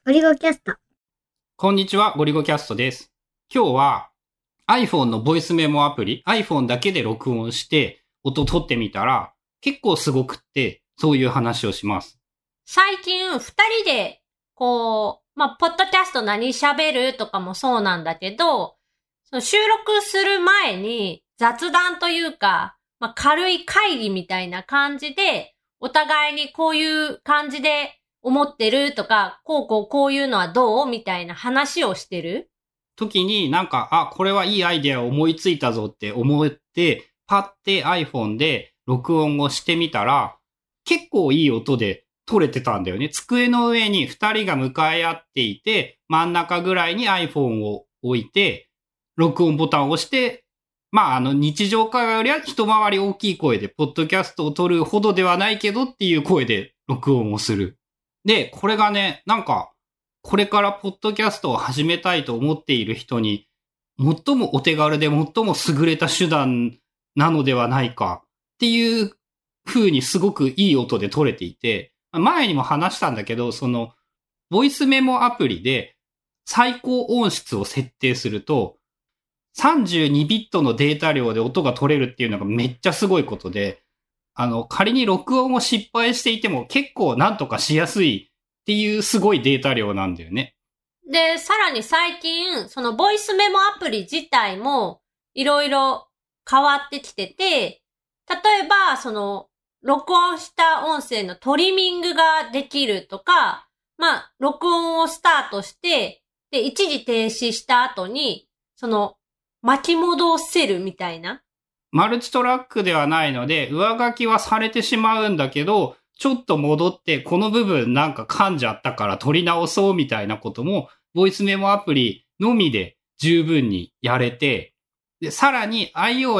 ゴリゴキャスト。 こんにちは、ゴリゴキャストです。今日は iPhone のボイスメモアプリ、iPhone だけで録音して音取ってみたら結構すごくって、そういう話をします。 最近二人で、ポッドキャスト何喋るとかもそうなんだけど、その収録する前に雑談というか、軽い会議みたいな感じで、お互いにこういう感じで思ってるとか、こういうのはどうみたいな話をしてる時にこれはいいアイデアを思いついたぞって思って、パッて iPhone で録音をしてみたら、結構いい音で撮れてたんだよね。机の上に二人が向かい合っていて、真ん中ぐらいに iPhone を置いて、録音ボタンを押して、日常会話よりは一回り大きい声で、ポッドキャストを撮るほどではないけどっていう声で録音をする。で、これがね、これからポッドキャストを始めたいと思っている人に、最もお手軽で最も優れた手段なのではないかっていう風にすごくいい音で撮れていて、前にも話したんだけど、ボイスメモアプリで最高音質を設定すると、32ビットのデータ量で音が取れるっていうのがめっちゃすごいことで、仮に録音を失敗していても結構なんとかしやすいっていうすごいデータ量なんだよね。 で、さらに最近、そのボイスメモアプリ自体もいろいろ変わってきてて、例えば、録音した音声のトリミングができるとか、録音をスタートして、で、一時停止した後に、巻き戻せるみたいな。 マルチトラックではないので、上書きはされてしまうんだけど、ちょっと戻って、この部分噛んじゃったから取り直そうみたいなことも、ボイスメモアプリのみで十分にやれて、で、さらに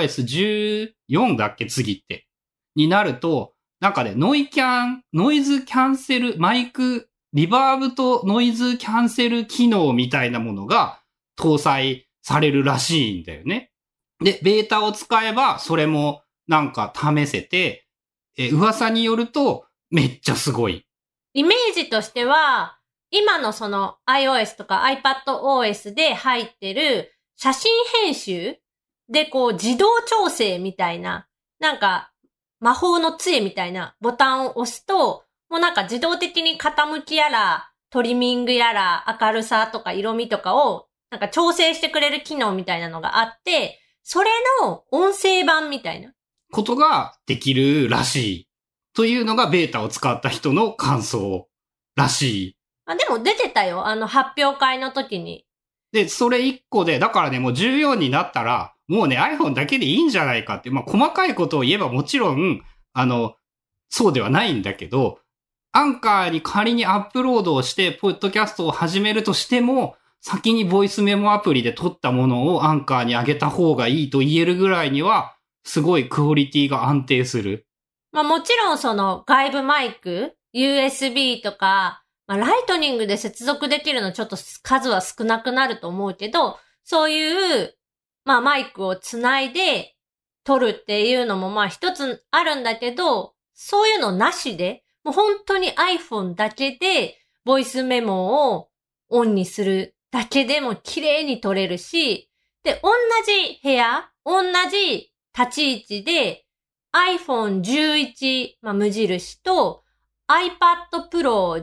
iOS14 だっけ次って。になると、ノイズキャンセル、マイク、リバーブとノイズキャンセル機能みたいなものが搭載されるらしいんだよね。で、ベータを使えば、それも試せて、噂によると、めっちゃすごい。 イメージとしては、今のiOS とか iPadOS で入ってる写真編集で自動調整みたいな、魔法の杖みたいなボタンを押すと、もう自動的に傾きやら、トリミングやら、明るさとか色味とかを調整してくれる機能みたいなのがあって、それの音声版みたいなことができるらしい。というのがベータを使った人の感想らしい。 でも出てたよ。発表会の時に。 で、それ1個で、だからね、もう14になったら、もうね、iPhone だけでいいんじゃないかって、細かいことを言えばもちろん、そうではないんだけど、アンカーに仮にアップロードをして、ポッドキャストを始めるとしても、先にボイスメモアプリで撮ったものをアンカーに上げた方がいいと言えるぐらいには、すごいクオリティが安定する。 もちろん外部マイク、USB とか、ライトニングで接続できるのちょっと数は少なくなると思うけど、そういう、マイクをつないで撮るっていうのも一つあるんだけど、そういうのなしで、もう本当に iPhone だけで、ボイスメモをオンにするだけでも綺麗に撮れるし、で、同じ部屋、同じ立ち位置で iPhone 11、無印と iPad Pro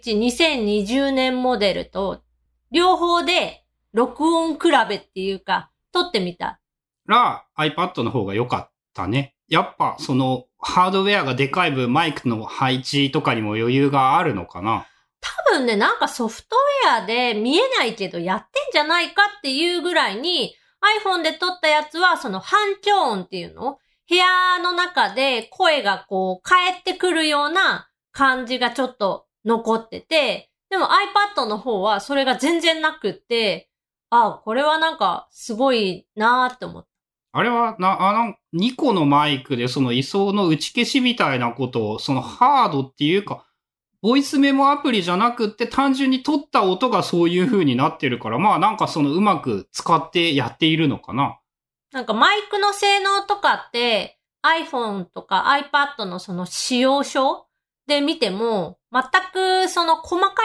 11、2020年モデルと両方で録音比べっていうか撮ってみた。 iPad の方が良かったね。やっぱハードウェアがでかい分マイクの配置とかにも余裕があるのかな。 多分ね、ソフトウェアで見えないけどやってんじゃないかっていうぐらいに iPhone で撮ったやつは反響音っていうの部屋の中で声が返ってくるような感じがちょっと残ってて、でも iPad の方はそれが全然なくって、これはすごいなーって思った。 あれは2個のマイクで位相の打ち消しみたいなことを、ハードっていうか、ボイスメモアプリじゃなくって単純に撮った音がそういう風になってるから、うまく使ってやっているのかな。 マイクの性能とかって iPhone とか iPad の使用書で見ても、全く細かい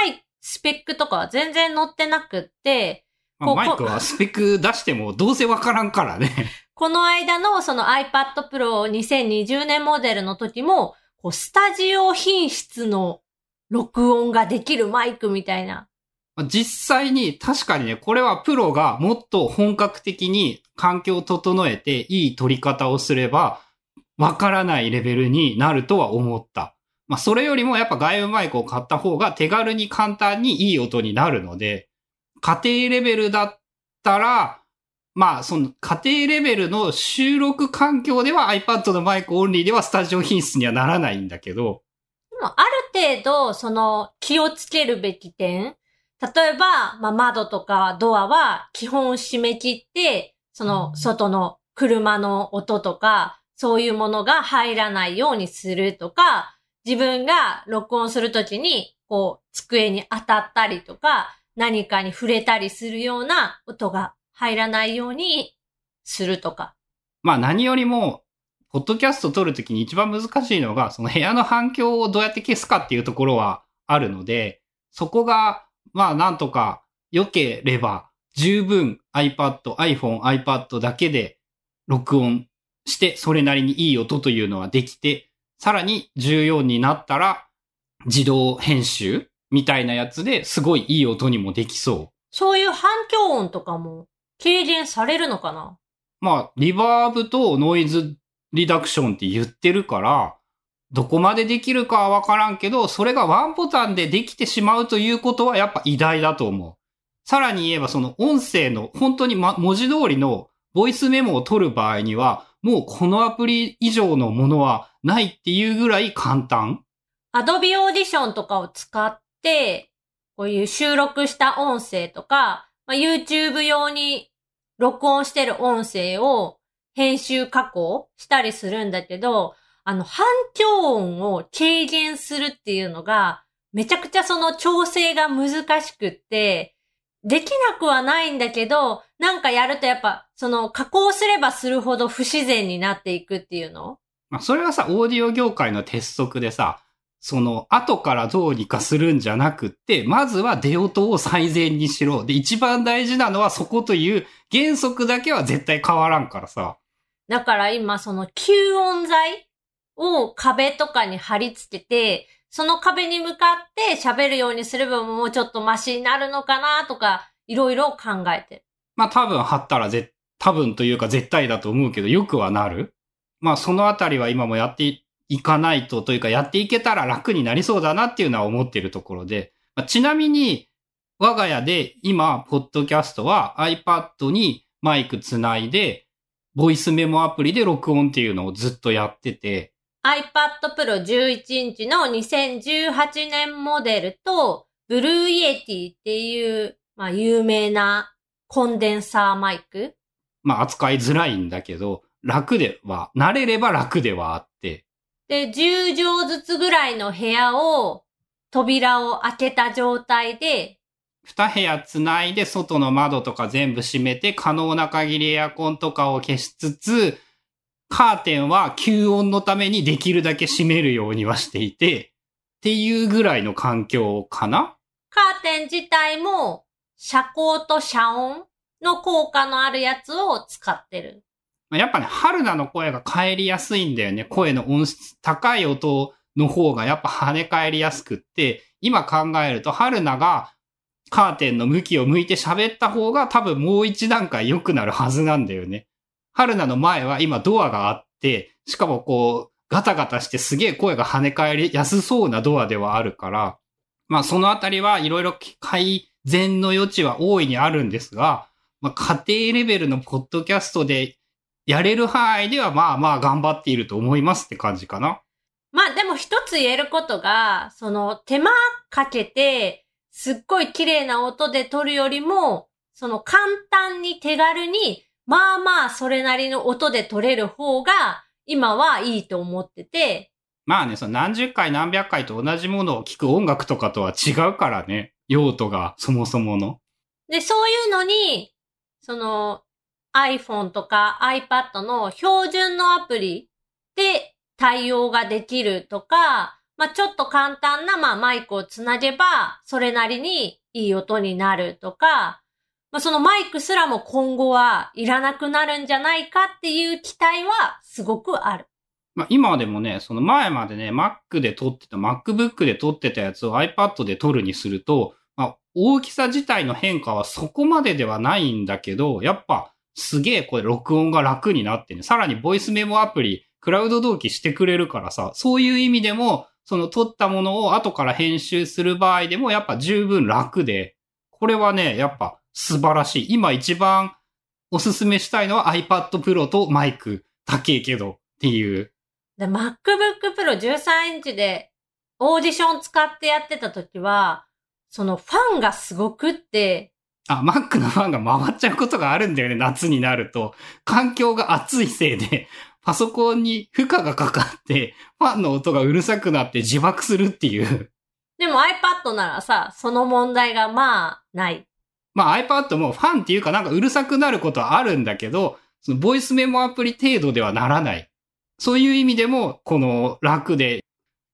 スペックとかは全然載ってなくって、 マイクはスペック出してもどうせわからんからね。 この間のその iPad Pro 2020年モデルの時も、スタジオ品質の録音ができるマイクみたいな。 実際に確かにね、これはプロがもっと本格的に環境を整えていい撮り方をすれば、わからないレベルになるとは思った。それよりもやっぱ外部マイクを買った方が手軽に簡単にいい音になるので、家庭レベルだったら、その家庭レベルの収録環境では iPad のマイクオンリーではスタジオ品質にはならないんだけど。 でもある程度、その気をつけるべき点。例えば、窓とかドアは基本閉め切って、その外の車の音とか、そういうものが入らないようにするとか、自分が録音するときに、机に当たったりとか、何かに触れたりするような音が入らないようにするとか。 何よりも、ポッドキャスト撮るときに一番難しいのが、その部屋の反響をどうやって消すかっていうところはあるので、そこが、なんとか良ければ、十分 iPad、iPhone、iPad だけで録音して、それなりにいい音というのはできて、さらに14になったら、自動編集みたいなやつですごいいい音にもできそう。 そういう反響音とかも軽減されるのかな？ リバーブとノイズリダクションって言ってるから、どこまでできるかはわからんけど、それがワンボタンでできてしまうということはやっぱ偉大だと思う。さらに言えばその音声の本当に文字通りのボイスメモを取る場合には、もうこのアプリ以上のものはないっていうぐらい簡単。 Adobe Audition とかを使って、こういう収録した音声とか、YouTube 用に録音してる音声を編集加工したりするんだけど、反響音を軽減するっていうのが、めちゃくちゃその調整が難しくって、できなくはないんだけど、なんかやるとやっぱ、その加工すればするほど不自然になっていくっていうの？ それはさ、オーディオ業界の鉄則でさ、その後からどうにかするんじゃなくって、まずは出音を最善にしろ。で、一番大事なのはそこという原則だけは絶対変わらんからさ。 だから今その吸音材を壁とかに貼り付けて、その壁に向かって喋るようにすればもうちょっとマシになるのかなとか、いろいろ考えてる。 多分貼ったら多分というか絶対だと思うけど、よくはなる。そのあたりは今もやっていかないというか、やっていけたら楽になりそうだなっていうのは思っているところで。ちなみに、我が家で今、ポッドキャストは iPad にマイクつないで、ボイスメモアプリで録音っていうのをずっとやってて、 iPad Pro 11インチの2018年モデルと、ブルーイエティっていう、有名なコンデンサーマイク。 扱いづらいんだけど、慣れれば楽ではあって。 で、10畳ずつぐらいの部屋を、扉を開けた状態で、 2部屋つないで外の窓とか全部閉めて、可能な限りエアコンとかを消しつつ、カーテンは吸音のためにできるだけ閉めるようにはしていて、っていうぐらいの環境かな？ カーテン自体も遮光と遮音の効果のあるやつを使ってる。 やっぱね、春菜の声が帰りやすいんだよね。声の音質、高い音の方がやっぱ跳ね返りやすくって、今考えると春菜がカーテンの向きを向いて喋った方が多分もう一段階良くなるはずなんだよね。春菜の前は今ドアがあって、しかもガタガタしてすげえ声が跳ね返りやすそうなドアではあるから、そのあたりはいろいろ改善の余地は大いにあるんですが、家庭レベルのポッドキャストでやれる範囲では頑張っていると思いますって感じかな。 でも一つ言えることが、その手間かけて、すっごい綺麗な音で撮るよりも、その簡単に手軽に、それなりの音で撮れる方が、今はいいと思ってて。 その何十回何百回と同じものを聴く音楽とかとは違うからね。用途がそもそもの。 で、そういうのに、その iPhone とか iPad の標準のアプリで対応ができるとか、 まあ、ちょっと簡単な、まあ、マイクをつなげば、それなりにいい音になるとか、まあ、そのマイクすらも今後はいらなくなるんじゃないかっていう期待はすごくある。 まあ今でもね、その前までね、Mac で撮ってた、MacBook で撮ってたやつを iPad で撮るにすると、まあ大きさ自体の変化はそこまでではないんだけど、やっぱすげえこれ録音が楽になってね、さらにボイスメモアプリ、クラウド同期してくれるからさ、そういう意味でも、その撮ったものを後から編集する場合でもやっぱ十分楽で、これはね、やっぱ素晴らしい。今一番おすすめしたいのは iPad Pro とマイク。高えけどっていう。 で、MacBook Pro 13インチでオーディション使ってやってた時は、そのファンがすごくって、 Mac のファンが回っちゃうことがあるんだよね、夏になると。環境が暑いせいで、パソコンに負荷がかかって、ファンの音がうるさくなって自爆するっていう。 でも iPad ならさ、その問題がまあ、ない。 まあ iPad もファンっていうかなんかうるさくなることはあるんだけど、そのボイスメモアプリ程度ではならない。そういう意味でも、この楽で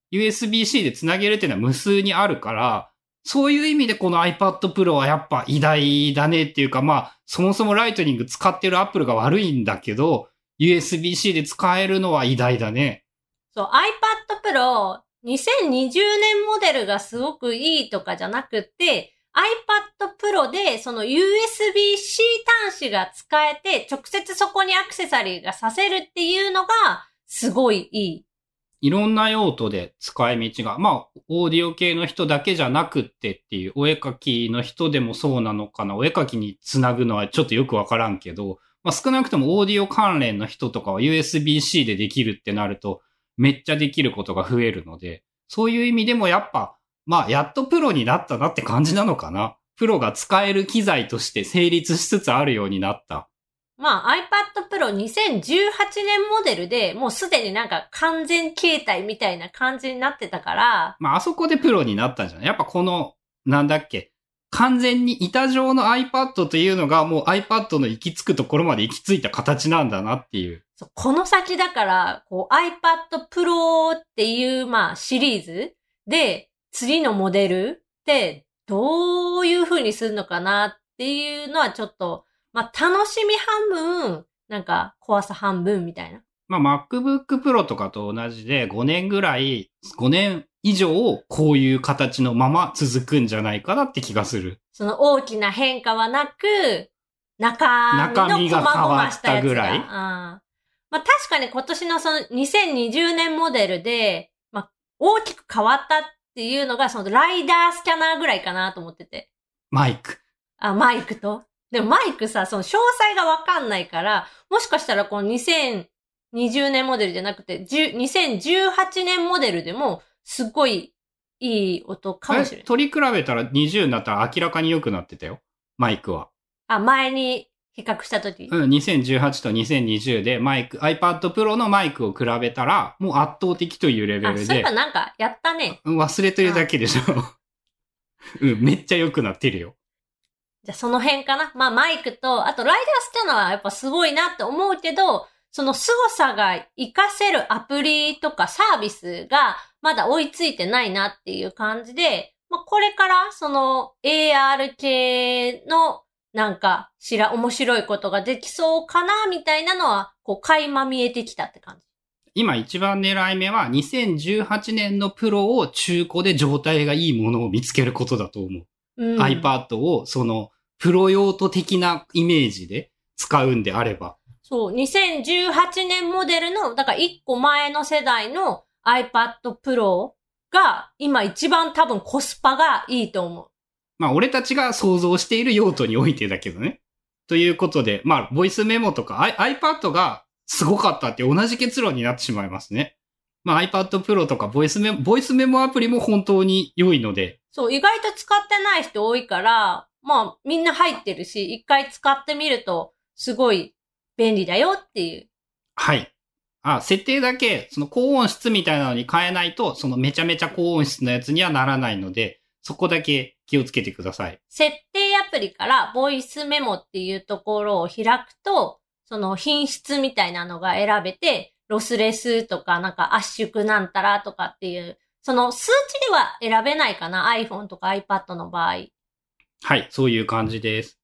USB-C でつなげるっていうのは無数にあるから、そういう意味でこの iPad Pro はやっぱ偉大だねっていうか、まあ、そもそもライトニング使ってる Apple が悪いんだけど、USB-C で使えるのは偉大だね。 そう、iPad Pro 2020年モデルがすごくいいとかじゃなくて、iPad Pro でその USB-C 端子が使えて直接そこにアクセサリーがさせるっていうのがすごいいい。 いろんな用途で使い道が、まあ、オーディオ系の人だけじゃなくってっていう、お絵描きの人でもそうなのかな。お絵描きにつなぐのはちょっとよくわからんけど、まあ少なくともオーディオ関連の人とかは USB-C でできるってなると、めっちゃできることが増えるので、そういう意味でもやっぱ、まあやっとプロになったなって感じなのかな。プロが使える機材として成立しつつあるようになった。 まあ iPad Pro 2018年モデルでもうすでになんか完全形態みたいな感じになってたから。 まああそこでプロになったんじゃない？やっぱこの、なんだっけ。完全に板状の iPad というのがもう iPad の行き着くところまで行き着いた形なんだなっていう。 この先だから、こう iPad Pro っていうまあシリーズで次のモデルってどういう風にするのかなっていうのはちょっと、まあ楽しみ半分、なんか怖さ半分みたいな。 まあ MacBook Pro とかと同じで5年ぐらい、5年以上こういう形のまま続くんじゃないかなって気がする。 その大きな変化はなく、中身が変わったぐらい。まあ確かに今年のその2020年モデルで、まあ大きく変わったっていうのがそのライダースキャナーぐらいかなと思ってて。 マイク。 マイクと。でもマイクさ、その詳細がわかんないから、もしかしたらこの2020年モデルじゃなくて、2018年モデルでもすっごいいい音かもしれない。 取り比べたら20になったら明らかに良くなってたよ。マイクは。 前に比較したとき。 2018と2020でマイク、iPad Pro のマイクを比べたら、もう圧倒的というレベルで。 そういえばなんか、やったね。 忘れてるだけでしょ。めっちゃ良くなってるよ。 じゃあその辺かな。まあマイクと、あとライダースキャナーはやっぱすごいなって思うけど、その凄さが活かせるアプリとかサービスがまだ追いついてないなっていう感じで、まあこれからその AR 系のなんか面白いことができそうかなみたいなのは、こう垣間見えてきたって感じ。 今一番狙い目は2018年のプロを中古で状態がいいものを見つけることだと思う。iPad をそのプロ用途的なイメージで使うんであれば。 そう、2018年モデルの、だから1個前の世代の iPad Pro が今一番多分コスパがいいと思う。 まあ俺たちが想像している用途においてだけどね。ということで、まあボイスメモとか iPad がすごかったって同じ結論になってしまいますね。まあ iPad Pro とかボイスメモアプリも本当に良いので。 そう、意外と使ってない人多いから、まあみんな入ってるし、一回使ってみるとすごい便利だよっていう。 はい。設定だけ、その高音質みたいなのに変えないと、そのめちゃめちゃ高音質のやつにはならないので、そこだけ気をつけてください。 設定アプリからボイスメモっていうところを開くと、その品質みたいなのが選べて、ロスレスとかなんか圧縮なんたらとかっていうその数値では選べないかな ?iPhone とか iPad の場合。 はい、そういう感じです。